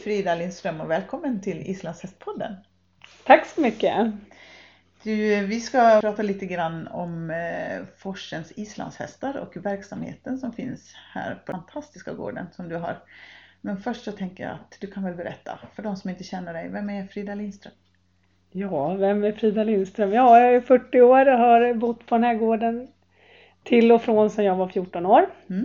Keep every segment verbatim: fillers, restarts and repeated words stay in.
Frida Lindström och välkommen till Islandshästpodden. Tack så mycket. Du, vi ska prata lite grann om eh, Forsens islandshästar och verksamheten som finns här på den fantastiska gården som du har. Men först så tänker jag att du kan väl berätta för de som inte känner dig, vem är Frida Lindström? Ja, vem är Frida Lindström? Ja, jag är fyrtio år och har bott på den här gården till och från sedan jag var fjorton år. Mm.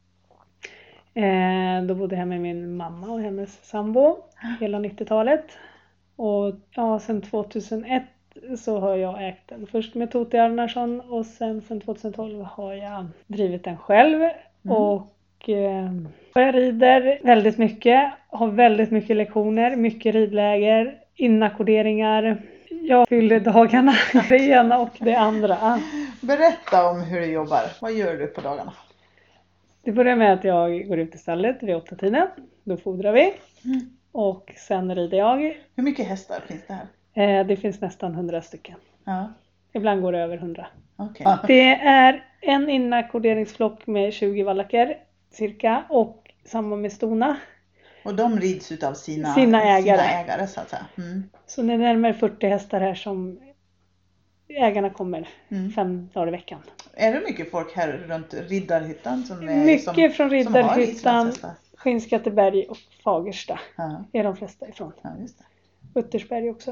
Eh, då bodde jag med min mamma och hennes sambo hela nittiotalet. Och ja, sedan tvåtusenett så har jag ägt den. Först med Toti Arnarsson och sen sedan tjugotolv har jag drivit den själv. Mm. Och eh, jag rider väldigt mycket, har väldigt mycket lektioner, mycket ridläger, inackorderingar. Jag fyller dagarna, det ena och det andra. Berätta om hur du jobbar. Vad gör du på dagarna? Det börjar med att jag går ut i stallet vid åtta tiden. Då fodrar vi. Mm. Och sen rider jag. Hur mycket hästar finns det här? Eh, det finns nästan hundra stycken. Ja. Ibland går det över hundra. Okay. Det är en inackorderingsflock med tjugo vallacker cirka. Och samma med stona. Och de rids utav sina, sina ägare. Sina ägare så att säga. Mm. Så det är närmare fyrtio hästar här som ägarna kommer mm. fem dagar i veckan. Är det mycket folk här runt Riddarhyttan? Som är, mycket som, från Riddarhyttan, Skinnskatteberg och Fagersta. Ja. Är de flesta ifrån. Ja, just det. Uttersberg också.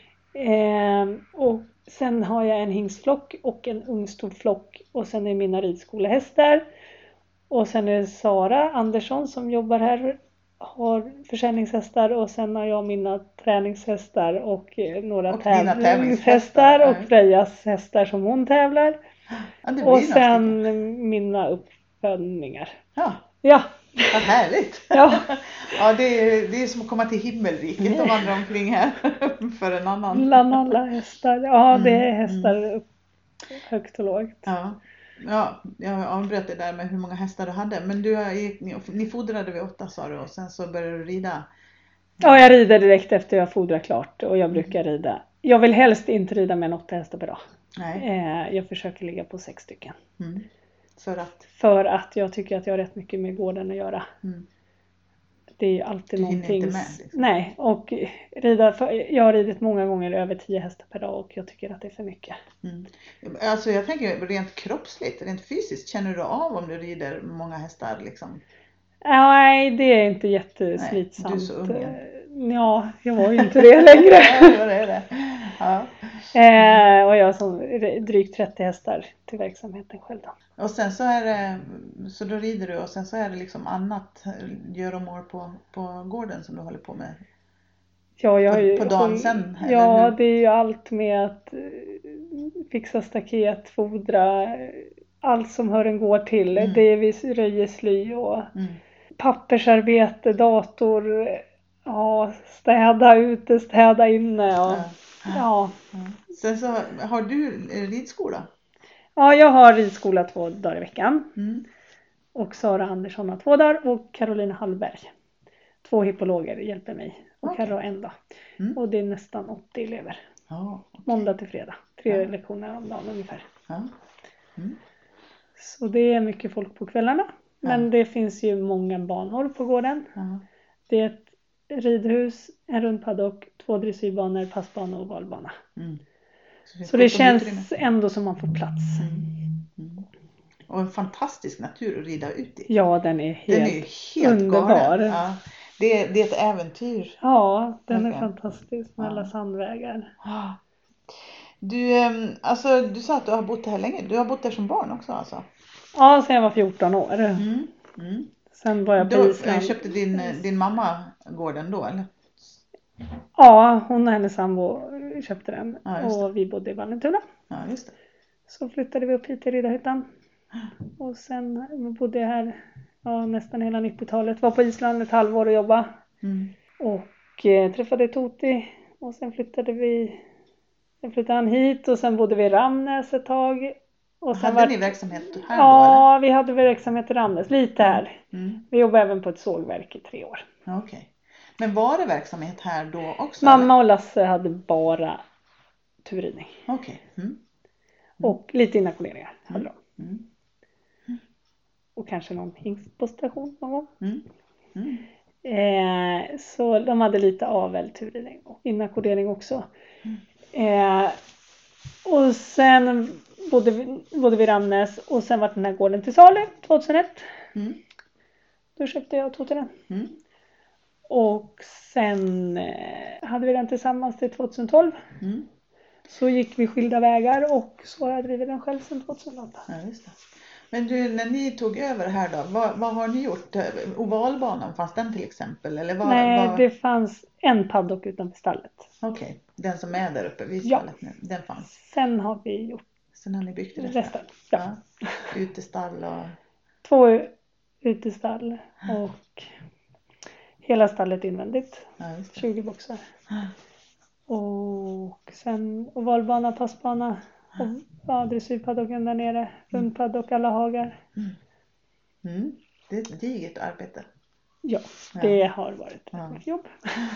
Eh, och sen har jag en hingstflock och en ungstorflock. Och sen är mina ridskolehästar. Och sen är det Sara Andersson som jobbar här. Har försäljningshästar. Och sen har jag mina träningshästar. Och några och tävlingshästar. Och Frejas hästar som hon tävlar. Ja, och sen mina uppfödningar. Ja. Ja. Vad härligt. Ja. Ja, det är, det är som att komma till himmelriket och vandra omkring här för en annan. Bland alla hästar. Ja, mm, det är hästar mm. upp, högt och lågt. Ja. Ja, jag avbröt det där med hur många hästar du hade. Men du, ni fodrade vid åtta sa du och sen så började du rida. Ja, jag rider direkt efter jag fodrar klart och jag brukar mm. rida. Jag vill helst inte rida med en åtta hästar per dag. Nej. Jag försöker ligga på sex stycken. Mm. För att? För att jag tycker att jag har rätt mycket med gården att göra. Mm. Det är ju alltid du någonting. Inte med, liksom. Nej, och rida för, jag har ridit många gånger över tio hästar per dag och jag tycker att det är för mycket. Mm. Alltså jag tänker rent kroppsligt, rent fysiskt, känner du av om du rider många hästar liksom? Nej, det är inte jätteslitsamt. Nej, du är så ung. Ja, jag var ju inte det längre. Ja, det är det. Ja. Eh, och jag har som drygt trettio hästar till verksamheten själv då. Och sen så är det, så då rider du och sen så är det liksom annat göromål på, på gården som du håller på med? Ja, jag på, ju, på dagen sen? Ja, det är ju allt med att fixa staket, fodra, allt som hör en gård till. Mm. Det är vis röjesly och mm. pappersarbete, dator, ja, städa ute, städa inne och ja. ja. ja. Sen så har du ridskola? Ja, jag har ridskola två dagar i veckan. Mm. Och Sara Andersson har två dagar och Carolina Hallberg. Två hippologer hjälper mig. Och okay. Carro en dag. Mm. Och det är nästan åttio elever. Oh, okay. Måndag till fredag. Tre ja. lektioner om dagen ungefär. Ja. Mm. Så det är mycket folk på kvällarna. Men ja. Det finns ju många banor på gården. Ja. Det är ett ridhus, en rundpaddock, två dressyrbanor, passbana och valbana. Mm. Så, Så det känns ändå som man får plats. Mm. Mm. Och en fantastisk natur att rida ut i. Ja, den är helt, den är helt underbar. Ja. Det, är, det är ett äventyr. Ja, den okay. är fantastisk med ja. alla sandvägar. Ja. Du, alltså, du sa att du har bott här länge. Du har bott där som barn också alltså? Ja, sen jag var fjorton år. Mm. Mm. Sen var jag på då, Island. Köpte din, din mamma gården då eller? Ja, hon och hennes sambo köpte den. Ja, och vi bodde i Vallentuna. Ja, just det. Så flyttade vi upp hit till Riddarhyttan. Och sen bodde jag här ja, nästan hela nittiotalet. Var på Island ett halvår och jobba. Mm. Och eh, träffade Toti. Och sen flyttade vi. Sen flyttade han hit och sen bodde vi i Ramnäs ett tag. Och sen hade var... ni verksamhet här ja, då eller? Ja, vi hade verksamhet i Ramnäs. Lite här. Mm. Vi jobbade även på ett sågverk i tre år. Okej. Okay. Men var det verksamhet här då också? Mamma eller? och Lasse hade bara turridning. Okej. Okay. Mm. Mm. Och lite inackorderingar hade mm. de. Mm. Och kanske någon hingst på station någon gång. Mm. Mm. Eh, så de hade lite avälturidning och inackordering också. Eh, och sen bodde vi, bodde vi i Ramnäs och sen var den här gården till salu tjugohundraett. Mm. Då köpte jag och tog till den. Mm. Och sen eh, hade vi den tillsammans till tjugotolv. Mm. Så gick vi skilda vägar och så har jag drivit den själv sedan tjugoelva. Ja, just det. Men du, när ni tog över här då, vad, vad har ni gjort? Ovalbanan, fanns den till exempel? Eller vad, Nej, vad... det fanns en paddock utanför stallet. Okej, okay. Den som är där uppe vid Ja. stallet nu, den fanns. Sen har vi gjort Sen har ni byggt resten. resten. Ja. Ja. Utestall och... Två utestall och hela stallet invändigt. Ja, just det. tjugo boxar. Och sen ovalbana, passbana och ja, dressyrpaddocken där nere. Rundpaddock, alla hagar. Mm. Mm. Det är ett digert arbete. Ja, det ja. har varit ja. mycket jobb.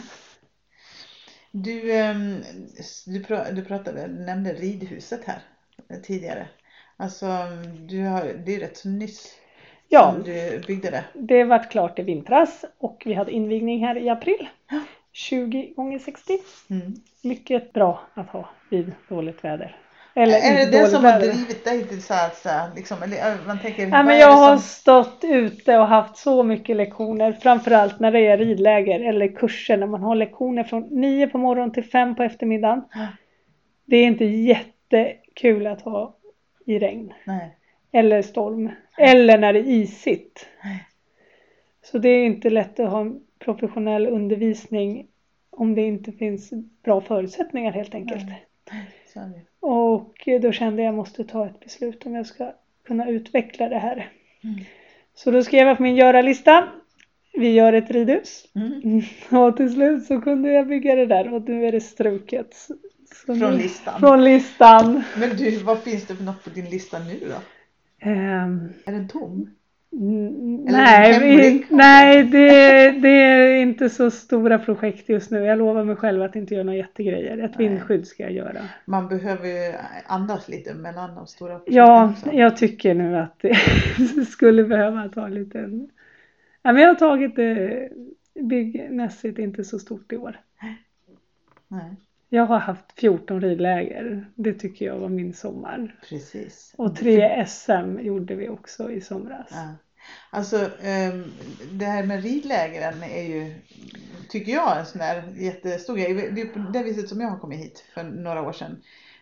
Du, du, du pratade, du nämnde ridhuset här tidigare. Alltså, du har, det är rätt så nyss ja, som du byggde det. Det var klart i vintras och vi hade invigning här i april. tjugo gånger sextio. Mm. Mycket bra att ha vid dåligt väder. Eller är det det som väder. har drivit dig till så här, så här liksom, eller man tänker... Ja, men jag har som... stått ute och haft så mycket lektioner, framförallt när det är ridläger eller kurser, när man har lektioner från nio på morgonen till fem på eftermiddagen. Mm. Det är inte jättekul att ha i regn. Nej. Eller storm. Nej. Eller när det är isigt. Nej. Så det är inte lätt att ha en professionell undervisning om det inte finns bra förutsättningar helt enkelt. Nej. Nej. Och då kände jag att jag måste ta ett beslut om jag ska kunna utveckla det här. Mm. Så då skrev jag på min göra-lista. Vi gör ett ridhus. Mm. Och till slut så kunde jag bygga det där. Och nu är det struket. Så från nu, listan. Från listan. Men du, vad finns det för något på din lista nu då? Um, är den tom? N- nej, vi, nej det, det är inte så stora projekt just nu. Jag lovar mig själv att inte göra några jättegrejer. Ett nej. Vindskydd ska jag göra. Man behöver ju andas lite mellan de stora projekten. Ja, också. Jag tycker nu att det skulle behöva ta en liten... Ja, men jag har tagit det byggmässigt inte så stort i år. Nej. Jag har haft fjorton ridläger. Det tycker jag var min sommar. Precis. Och tre S M gjorde vi också i somras. Ja. Alltså det här med ridlägren är ju, tycker jag, en sån där jättestor grej. Det är på det viset som jag har kommit hit för några år sedan.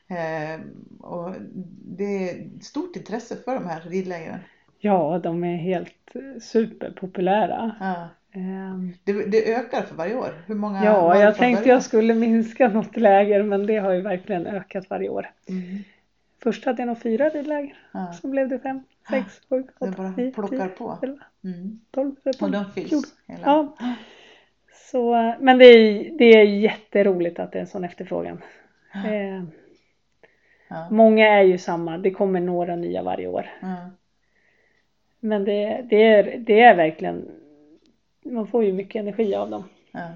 Och det är stort intresse för de här ridlägren. Ja, de är helt superpopulära. Ja. Det, det ökar för varje år. Hur många ja, jag tänkte jag skulle minska något läger, men det har ju verkligen ökat varje år. Mm. Först hade jag nog fyra ridläger. Ja. Så blev det fem, sex, sju, åtta, nio, plockar på. elva, mm. tolv, tretton, och de fylls hela. Ja. Så, men det är, det är jätteroligt att det är en sån efterfrågan. Ja. Eh, ja. Många är ju samma. Det kommer några nya varje år. Ja. Men det, det, är, det är verkligen... Man får ju mycket energi av dem. Ja.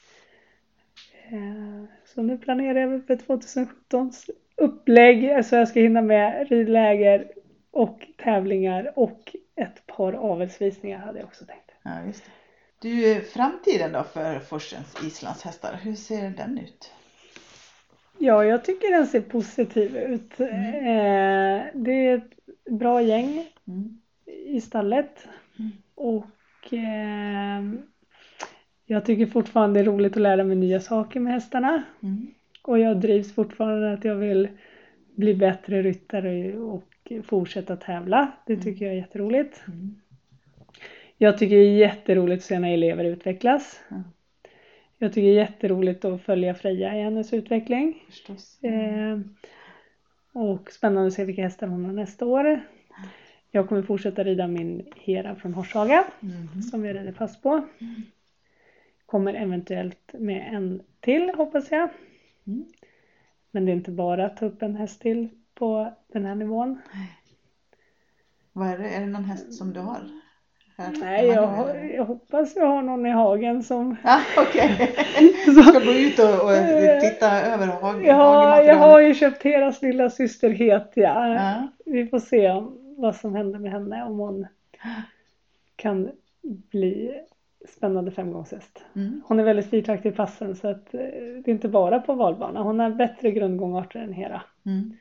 Så nu planerar jag för tjugosjutton upplägg. Alltså jag ska hinna med ridläger och tävlingar och ett par avelsvisningar hade jag också tänkt. Ja, just det. Du, framtiden då för Forsens islandshästar, hur ser den ut? Ja, jag tycker den ser positiv ut. Mm. Det är ett bra gäng mm. i stallet. Mm. Och eh, jag tycker fortfarande det är roligt att lära mig nya saker med hästarna. Mm. Och jag drivs fortfarande att jag vill bli bättre ryttare och fortsätta tävla. Det tycker mm. jag är jätteroligt. Mm. Jag tycker det är jätteroligt att se när elever utvecklas. Mm. Jag tycker det är jätteroligt att följa Freja i hennes utveckling. Förstås. Mm. Eh, och spännande att se vilka hästar hon har nästa år. Jag kommer fortsätta rida min Hera från Horshaga. Mm. Som jag rider fast på. Mm. Kommer eventuellt med en till, hoppas jag. Mm. Men det är inte bara att ta upp en häst till på den här nivån. Vad är det? Är det någon häst som du har? Här? Nej, jag, jag hoppas jag har någon i hagen som... Ja, okej. Okay. Du ska gå ut och, och titta över hagen. Ja, jag har ju köpt Heras lilla syster Hetia. Ja. Vi får se vad som händer med henne. Om hon kan bli spännande femgångshäst. Mm. Hon är väldigt fyrtaktig i passen så att eh, det är inte bara på valbana. Hon har bättre grundgångarter än Hera. Mm.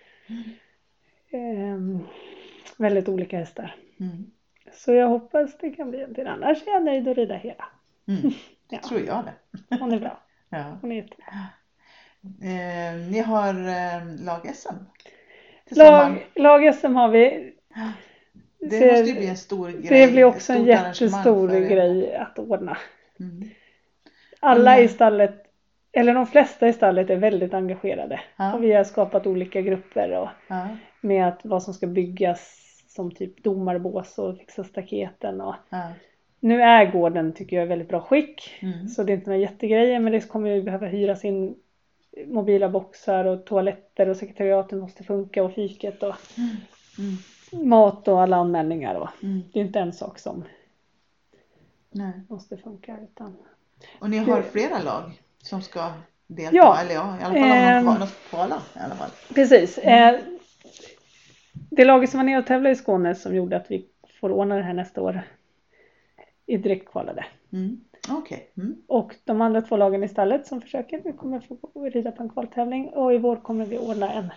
Eh, väldigt olika hästar. Mm. Så jag hoppas det kan bli en till. Annars är jag nöjd att rida Hera. Mm. Ja. Tror jag det. Hon är bra. Ja. Hon är jättebra. Eh, ni har eh, lag-S M. Lag, lag-S M har vi. Det Ser- måste ju bli en stor grej. Det blir också ett en stort arrangemang jättestor för er. grej att ordna. Mm. Alla Mm. i stallet, eller de flesta i stallet är väldigt engagerade. Ja. Och vi har skapat olika grupper och Ja. med att vad som ska byggas som typ domarbås och fixa staketen. Och Ja. nu är gården tycker jag i väldigt bra skick. Mm. Så det är inte några jättegrejer, men det kommer ju behöva hyras in mobila boxar och toaletter och sekretariaten måste funka och fiket och Mm. mat och alla anmälningar. Och Mm. det är inte en sak som Nej. måste funka utan... Och ni har flera lag som ska delta, Ja. eller ja, i alla fall om Ehm. de, kval, de ska kvala i alla fall. Precis. Mm. Eh, det laget som var nere och tävlade i Skåne som gjorde att vi får ordna det här nästa år är direktkvalade. Mm. Okej. Mm. Och de andra två lagen i stallet som försöker, vi kommer få rida på en kvaltävling. Och i vår kommer vi ordna en,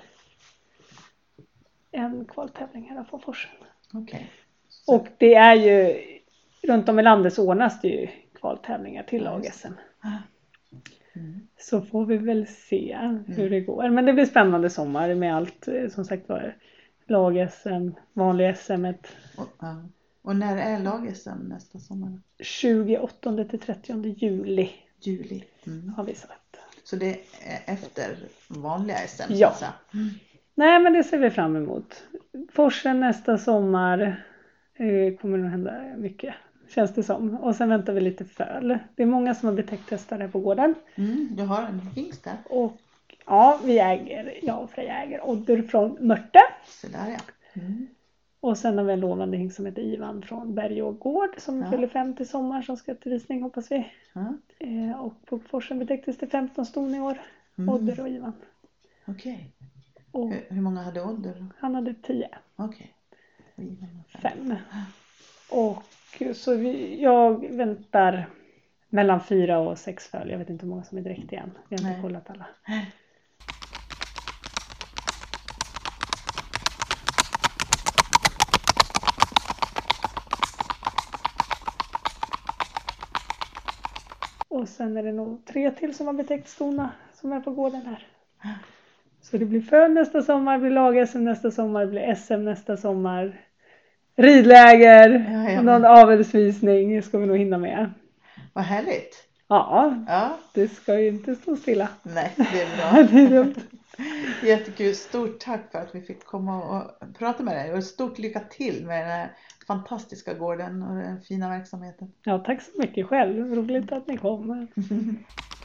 en kvaltävling här på Forsen. Okej. Så- Och det är ju, runt om i landet så ordnas det ju kvaltävlingar till Ja, lag just S M. Mm. Så får vi väl se hur det går. Men det blir spännande sommar med allt, eh, som sagt var, lag-S M, vanlig S M, ett Och, ja. Och när är lag-S M nästa sommar? tjugoåttonde till trettionde juli Juli. Mm. har vi sagt. Så det är efter vanliga S M? Ja. Så att säga. Mm. Nej, men det ser vi fram emot. Forsen nästa sommar eh, kommer nog hända mycket, känns det som. Och sen väntar vi lite föl. Det är många som har betäckt hästar här på gården. Mm. Jag har en hingst där. Och ja, vi äger, jag och Freja äger Odder från Mörte. Så där ja. Mm. Och sen har vi en lovande hingst som heter Ivan från Bergå gård som Ja. fyller femtio sommar som ska till visning hoppas vi. Ja. Eh, och på Forsen betäcktes det femton ston i år. Mm. Odder och Ivan. Okej. Och Hur, hur många hade Odder? han hade tio. Okej. Och Ivan har fem. Fem. Och så vi, jag väntar mellan fyra och sex föl. Jag vet inte hur många som är direkt igen. Vi har inte Nej. kollat alla. Och sen är det nog tre till som har betäckt stona som är på gården här. Så det blir föl nästa sommar, blir lag-S M nästa sommar, blir S M nästa sommar. Ridläger Ja, ja, och någon men- avelsvisning ska vi nog hinna med. Vad härligt. Ja, Ja. det ska ju inte stå stilla. Nej, det är bra. Det är dumt. Jättekul. Stort tack för att vi fick komma och prata med dig. Och stort lycka till med den här fantastiska gården och den fina verksamheten. Ja, tack så mycket själv. Roligt att ni kom.